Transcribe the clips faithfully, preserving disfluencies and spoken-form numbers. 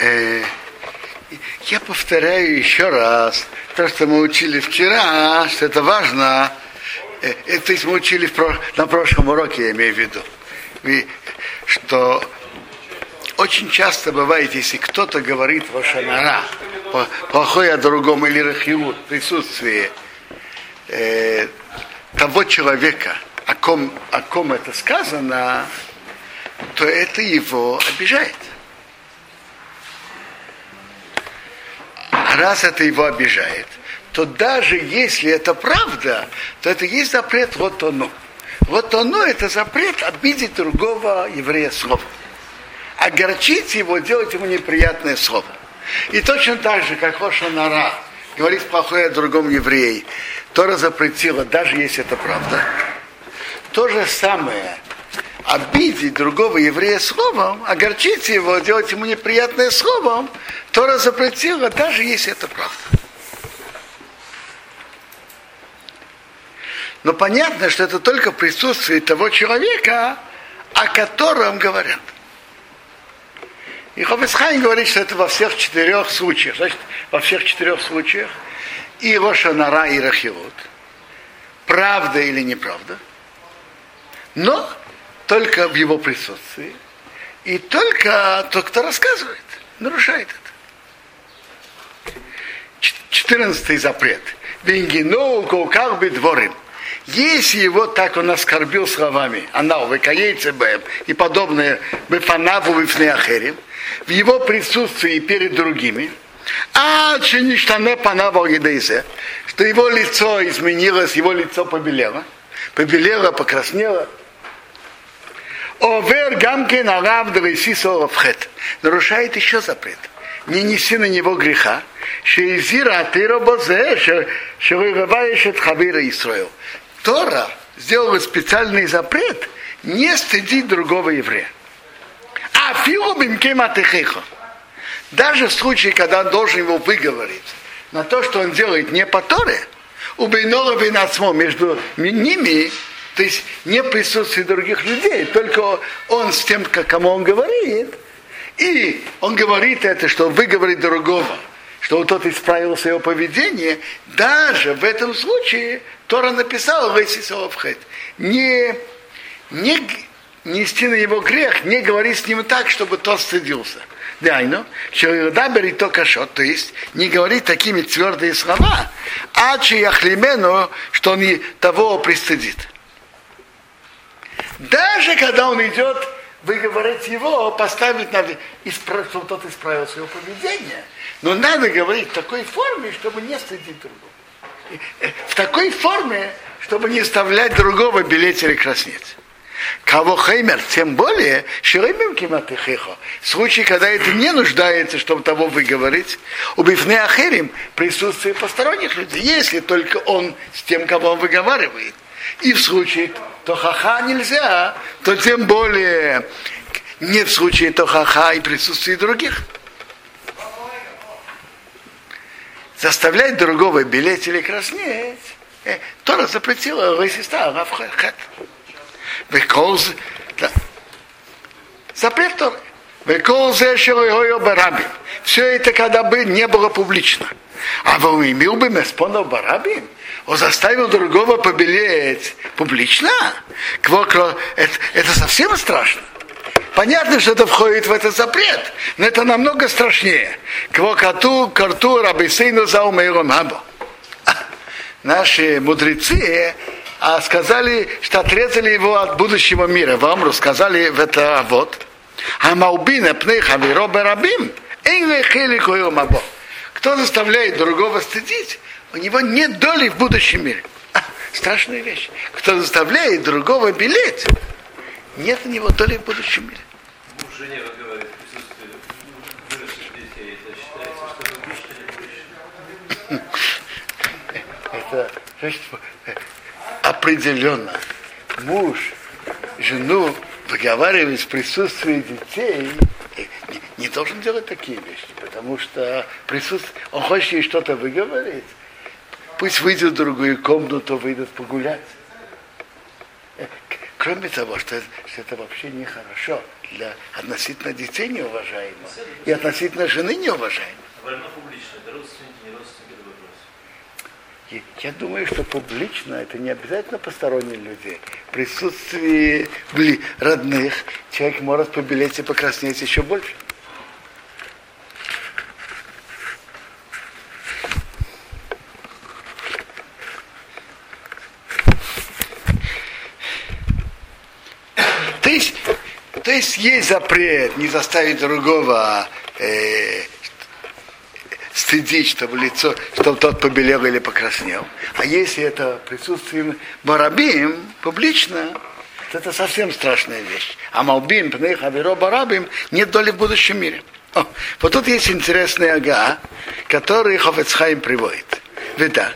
Э, я повторяю еще раз то, что мы учили вчера, что это важно. Э, это мы учили в про, на прошлом уроке, я имею в виду. И, что очень часто бывает, если кто-то говорит вашанара, плохое о другом или рахиут, в присутствии э, того человека, о ком, о ком это сказано, то это его обижает. А раз это его обижает, то даже если это правда, то это есть запрет вот оно. Вот оно это запрет обидеть другого еврея словом. Огорчить его, делать ему неприятное слово. И точно так же, как Хошанара говорит плохое о другом еврее, Тора запретила, даже если это правда. То же самое, обидеть другого еврея словом, огорчить его, делать ему неприятное словом, Тора запретила, даже если это правда. Но понятно, что это только присутствие того человека, о котором говорят. И Хафец Хаим говорит, что это во всех четырех случаях. Значит, во всех четырех случаях и Лошонара, и Рахилут. Правда или неправда. Но только в его присутствии. И только тот, кто рассказывает, нарушает это. Четырнадцатый запрет. Венгиноу коукарби дворим. Если его так он оскорбил словами, анау, векаейце бэм и подобное, бефанаву вифнеахерим, в его присутствии перед другими, а чиништане панавал едейзе, что его лицо изменилось, его лицо побелело, побелело, покраснело. Овер гамкен арав дрейси соровхет, нарушает еще запрет. Не неси на него греха, шеизира атыра бозе, шерываешь хавира Исраил. Тора сделала специальный запрет не стыдить другого еврея. А филубим кематехеха. Даже в случае, когда он должен его выговорить на то, что он делает не по Торе, убейнора винацмо между ними, то есть не в присутствии других людей, только он с тем, кому он говорит, и он говорит это, что выговорит другого, что вот тот исправил свое поведение, даже в этом случае Тора написала не, не нести на его грех, не говорить с ним так, чтобы тот стыдился. Дайно, что то кашот, то есть не говорить такими твердые слова, а чияхлимену, что он того пристыдит. Даже когда он идет выговорить его, поставить надо, чтобы тот исправил свое поведение. Но надо говорить в такой форме, чтобы не стыдить другого. В такой форме, чтобы не оставлять другого белеть или краснеть. Кого хеймер, тем более, шеремим кематехехо. В случае, когда это не нуждается, чтобы того выговорить, убивне ахерим, присутствие посторонних людей, если только он с тем, кого он выговаривает. И в случае тохаха нельзя, то тем более не в случае тохаха и присутствии других. Заставлять другого белеть или краснеть, э, Тора запретила рейсиста равхат. Векоз, запрет Торы. Векозе шелойо барабим. Все это когда бы не было публично. А вы имел бы меспонов барабим? Он заставил другого побелеть публично? Это, это совсем страшно. Понятно, что это входит в этот запрет, но это намного страшнее. Квокату, карту, рабисейну заумейрон або. Наши мудрецы а сказали, что отрезали его от будущего мира. Вам рассказали в это вот. А маубина пнеха виробе рабим, эйне хелико мабо. Кто заставляет другого стыдить, у него нет доли в будущем мире. А, страшная вещь. Кто заставляет другого белеть, нет у него доли в будущем мире. Муж жене разговаривает в присутствии выросших детей. Это считается, что это Это, значит, определенно. Муж жену выговаривает в присутствии детей, не, не должен делать такие вещи, потому что присутствие, он хочет ей что-то выговорить, пусть выйдет в другую комнату, выйдет погулять. Кроме того, что, что это вообще нехорошо для относительно детей неуважаемо, и относительно жены неуважаемо. Вольно публично, это родственники, не родственники, это вопрос. И я думаю, что публично это не обязательно посторонние люди. В присутствии бли- родных человек может побелеть и покраснеть еще больше. То есть, то есть есть запрет не заставить другого э, стыдить, чтобы лицо, чтобы тот побелел или покраснел. А если это присутствием барабим публично, то это совсем страшная вещь. А малбим, пней хаверо барабим нет доли в будущем мире. О, вот тут есть интересный ага, который Хафец Хаим приводит. Вида.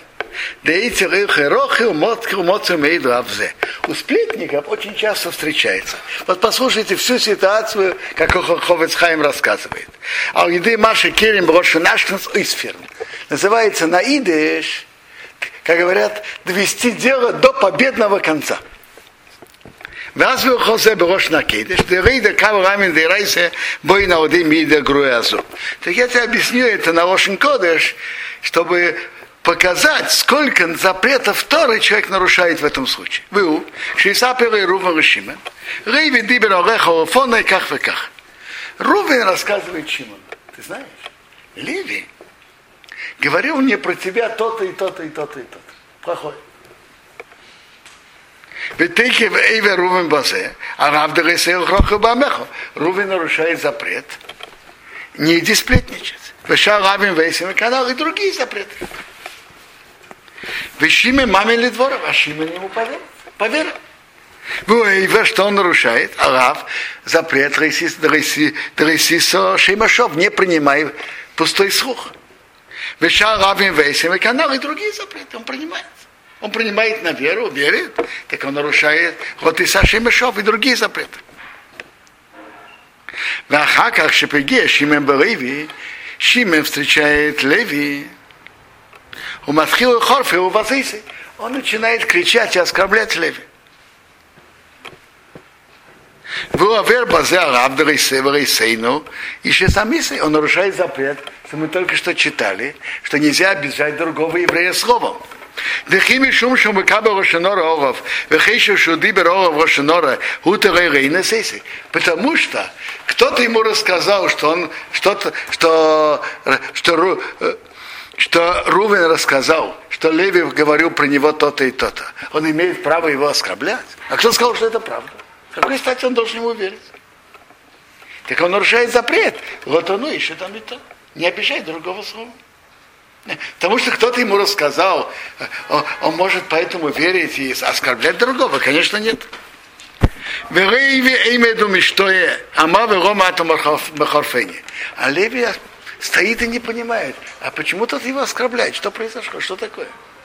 У сплетников очень часто встречается. Вот послушайте всю ситуацию, как Хафец Хаим рассказывает. А у еды Маши Керим Брошинашкнс Исферн называется на идиш, как говорят, довести дело до победного конца. ואז הוא חוזר בראש נקדש, דריידה כמה רמין דרייסה בואי נעודים מידה גרוי הזו. Так я тебе объясню это на Рошен Кодеш, чтобы показать, сколько запретов Торы человек нарушает в этом случае. Вы, Шейсапер и Рувен Решимен, Рейви Дибер Ореха Офона и ках веках. Рувен рассказывает Шимону, ты знаешь, Леви говорил мне про тебя то-то и то-то и то-то и то-то. Плохой. Рувен нарушает запрет. Не иди сплетничать. И другие запреты. Вещиме мамин ли дворов, а Шимон ему поверил. Вы, что он нарушает? Арав, запрет Рейсисо Шеймашов, не принимай пустой слух. Веща Равин Вейсим и канал, и другие запреты он принимает. Он принимает на веру, верит, так он нарушает вот и Саши Мешов, и другие запреты. В Ахаках Шепеге Шимен Бариви, Шимен встречает Леви, у Матхилу Хорфе, у Вазиси, он начинает кричать и оскорблять Леви. Он нарушает запрет, что мы только что читали, что нельзя обижать другого еврея словом. Потому что кто-то ему рассказал, что он что-то, что, что, что Рувен рассказал, что Леви говорил про него то-то и то-то. Он имеет право его оскорблять. А кто сказал, что это правда? С какой стати он должен ему верить? Так он нарушает запрет. Вот он ищет там и то. Не обижай другого слова. Потому что кто-то ему рассказал, он, он может поэтому верить и оскорблять другого. Конечно, нет. А Леви стоит и не понимает. А почему тот его оскорбляет? Что произошло? Что такое?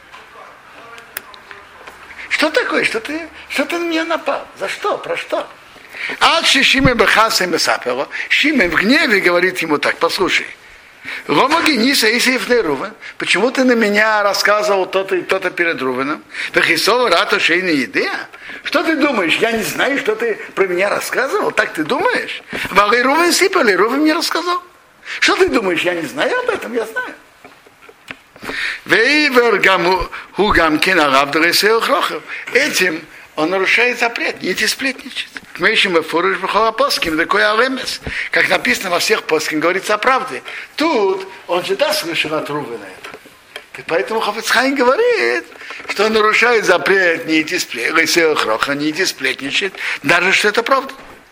Что такое? Что ты, что ты на меня напал? За что? Про что? А Шимен Бехасем Сапело, Шимен в гневе говорит ему так: послушай, Ромагениса Исиев Рувен, почему ты на меня рассказывал то-то и то-то перед Рувеном? Бехисова Рато Шейна идея? Что ты думаешь? Я не знаю, что ты про меня рассказывал. Так ты думаешь? Валы Рувен сипали, Рувен мне рассказал. Что ты думаешь? Я не знаю об этом, я знаю. Этим он нарушает запрет, не идти сплетничать. Как написано во всех поским, говорится о правде. Тут он же да слышал от Рувена это. И поэтому Хафец Хаим говорит, что он нарушает запрет не идти сплетничать, не идти сплетничать, даже что это правда.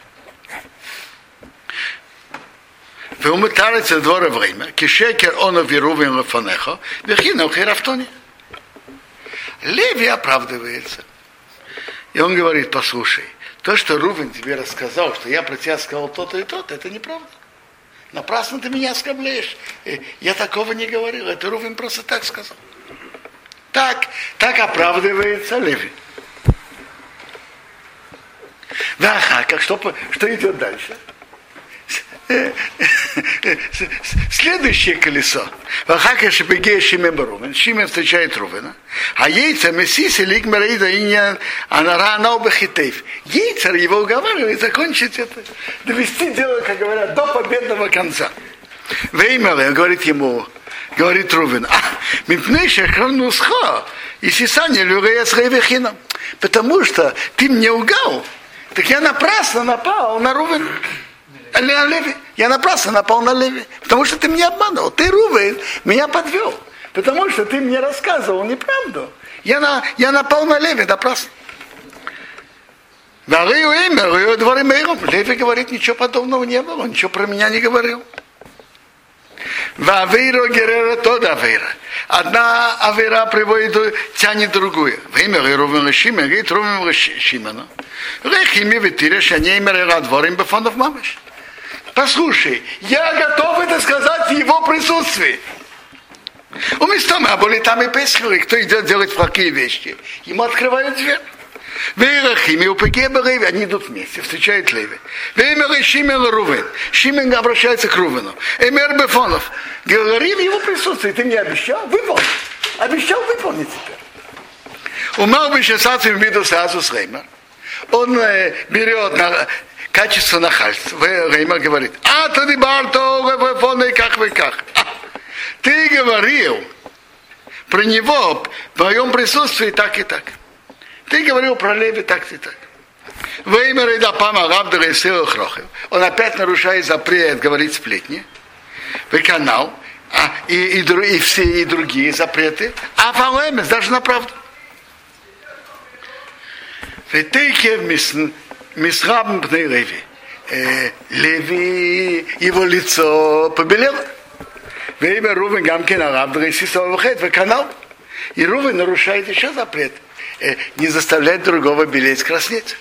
ומותרץ לדבור אברהימה, כשקר אונו וירובין לפניך, וכי נוחי רפתוני. Леви оправдывается. И он говорит: послушай, то, что Рувен тебе рассказал, что я про тебя сказал то-то и то-то, это неправда. Напрасно ты меня оскорбляешь. Я такого не говорил, это Рувен просто так сказал. Так, так оправдывается Леви. Да, как, что, что идет дальше? Следующее колесо. Вахака Шипегея Шимен Рувен. Шимен встречает Рувена. А яйца Мессиси Лик Мераида Иньян Анара Наубахитейв. Яйцер его уговаривает закончить это, довести дело, как говорят, до победного конца. Веймер говорит ему, говорит Рувен, а, мипнейша хранусха, и сисание люрея с рейвехином. Потому что ты мне лгал, так я напрасно напал на Рувен. На Леви. Я напрасно напал на Леви, потому что ты меня обманул. Ты, Рувен, меня подвел, потому что ты мне рассказывал неправду. Я, на, я напал на Леви напрасно. Леви говорит, ничего подобного не было, ничего про меня не говорил. Одна авера приводит, тянет другую. Время Рувен Шимен, говорит Рувен Шимену. Рехими витиреш, они имели дворим бефонов мамыш. Послушай, я готов это сказать в его присутствии. У местами, а были там и песхали, кто идет делать плохие вещи. Ему открывают дверь. Вейрахими упеке Леви, они идут вместе, встречают Леви. Веймер Шимен Рувен. Шимен обращается к Рувену. Эмер Бефонов. Говори в его присутствии, ты мне обещал? Выполни. Обещал выполнить теперь. Умал бы сейчас в виду сразу с Реймер. Он э, берет на качество нахальства. Реймер говорит, а то не барто, как вы как. Ты говорил про него в моем присутствии так и так. Ты говорил про Леви так и так. Он опять нарушает запрет говорить сплетни. Канал. А, и, и, и все и другие запреты. А фалемес даже на правду. Мисхаб Леви. Леви, его лицо побелело. Время Рувен Гамкин Араб в канал. И Рувен нарушает еще запрет. Не заставлять другого белеть, краснеть.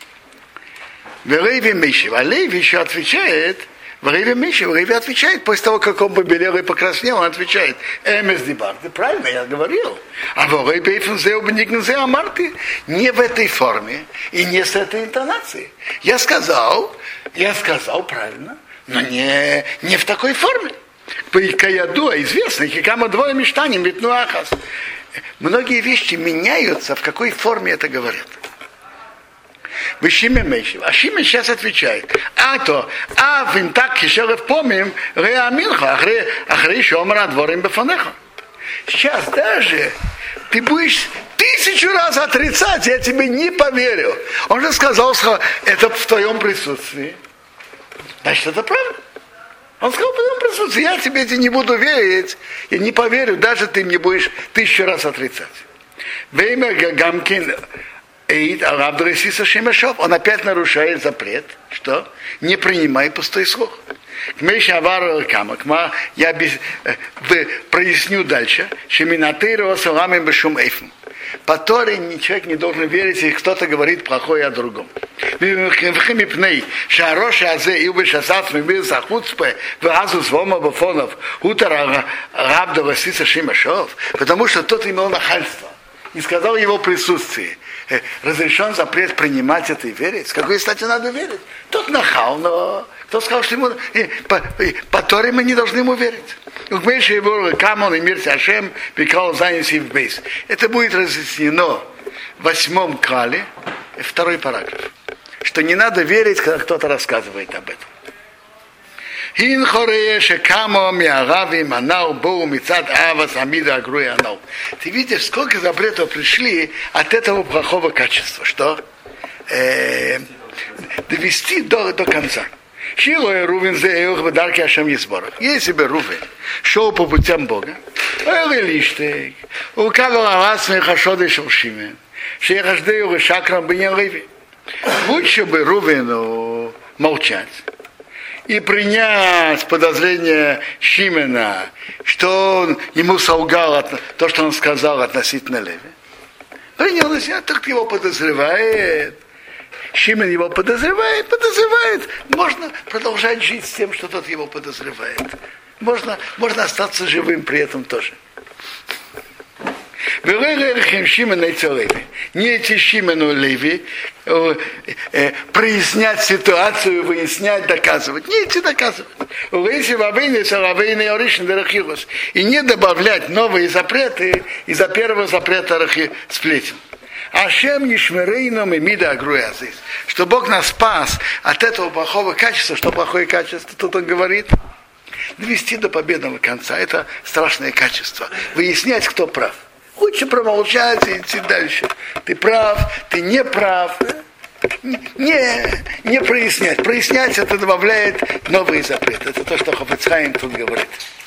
Леви Мишев. А Леви еще отвечает. Леви Мишев. Леви отвечает. После того, как он побелел и покраснел, он отвечает. Эмес дибар. Ты правильно, я говорил. А в Леви Фунзеу Бенигнзе Амарты не в этой форме и не с этой интонацией. Я сказал, я сказал правильно, но не, не в такой форме. По Икаяду, известно, Хикама двое мечтаний, Митнуахас. Многие вещи меняются, в какой форме это говорят. Вы Шимен Мейшев. А Шимен сейчас отвечает. А то, а в так еще помним, Реаминха, Ахре Шомра дворим бефанеха. Сейчас даже ты будешь тысячу раз отрицать, я тебе не поверю. Он же сказал, что это в твоем присутствии. Значит, это правда. Он сказал, в твоем присутствии, я тебе эти не буду верить, и не поверю, даже ты мне будешь тысячу раз отрицать. Время Гамкин Эйд Арабдресиса Шимешов, он опять нарушает запрет, что не принимай пустой слух. Я проясню дальше, по Торе человек не должен верить, если кто-то говорит плохое о другом. Потому что тот имел нахальство и сказал в его присутствии, разрешен запрет принимать это и верить. С какой стати надо верить? Тот нахал, но кто сказал, что ему по, по Торе мы не должны ему верить. Это будет разъяснено в восьмом крале, второй параграф, что не надо верить, когда кто-то рассказывает об этом. Ты видишь, сколько запретов пришли от этого плохого качества, что э, довести до, до конца. Если бы Рувен шел по путям Бога, лучше бы Рувену молчать и принять подозрение Шимена, что он ему солгал то, что он сказал относительно Леви. Принял на себя, так его подозревает. Шимен его подозревает, подозревает. Можно продолжать жить с тем, что тот его подозревает. Можно, можно остаться живым при этом тоже. Не эти Шимону Леви прояснять ситуацию, выяснять, доказывать. Не эти доказывать. И не добавлять новые запреты из-за первого запрета сплетен. Ашем Ишмерейном и Мида Агруязис. Что Бог нас спас от этого плохого качества. Что плохое качество, тут он говорит? Довести до победного конца. Это страшное качество. Выяснять, кто прав. Лучше промолчать и идти дальше. Ты прав, ты не прав. Не, не прояснять. Прояснять это добавляет новые запреты. Это то, что Хафец Хаим тут говорит.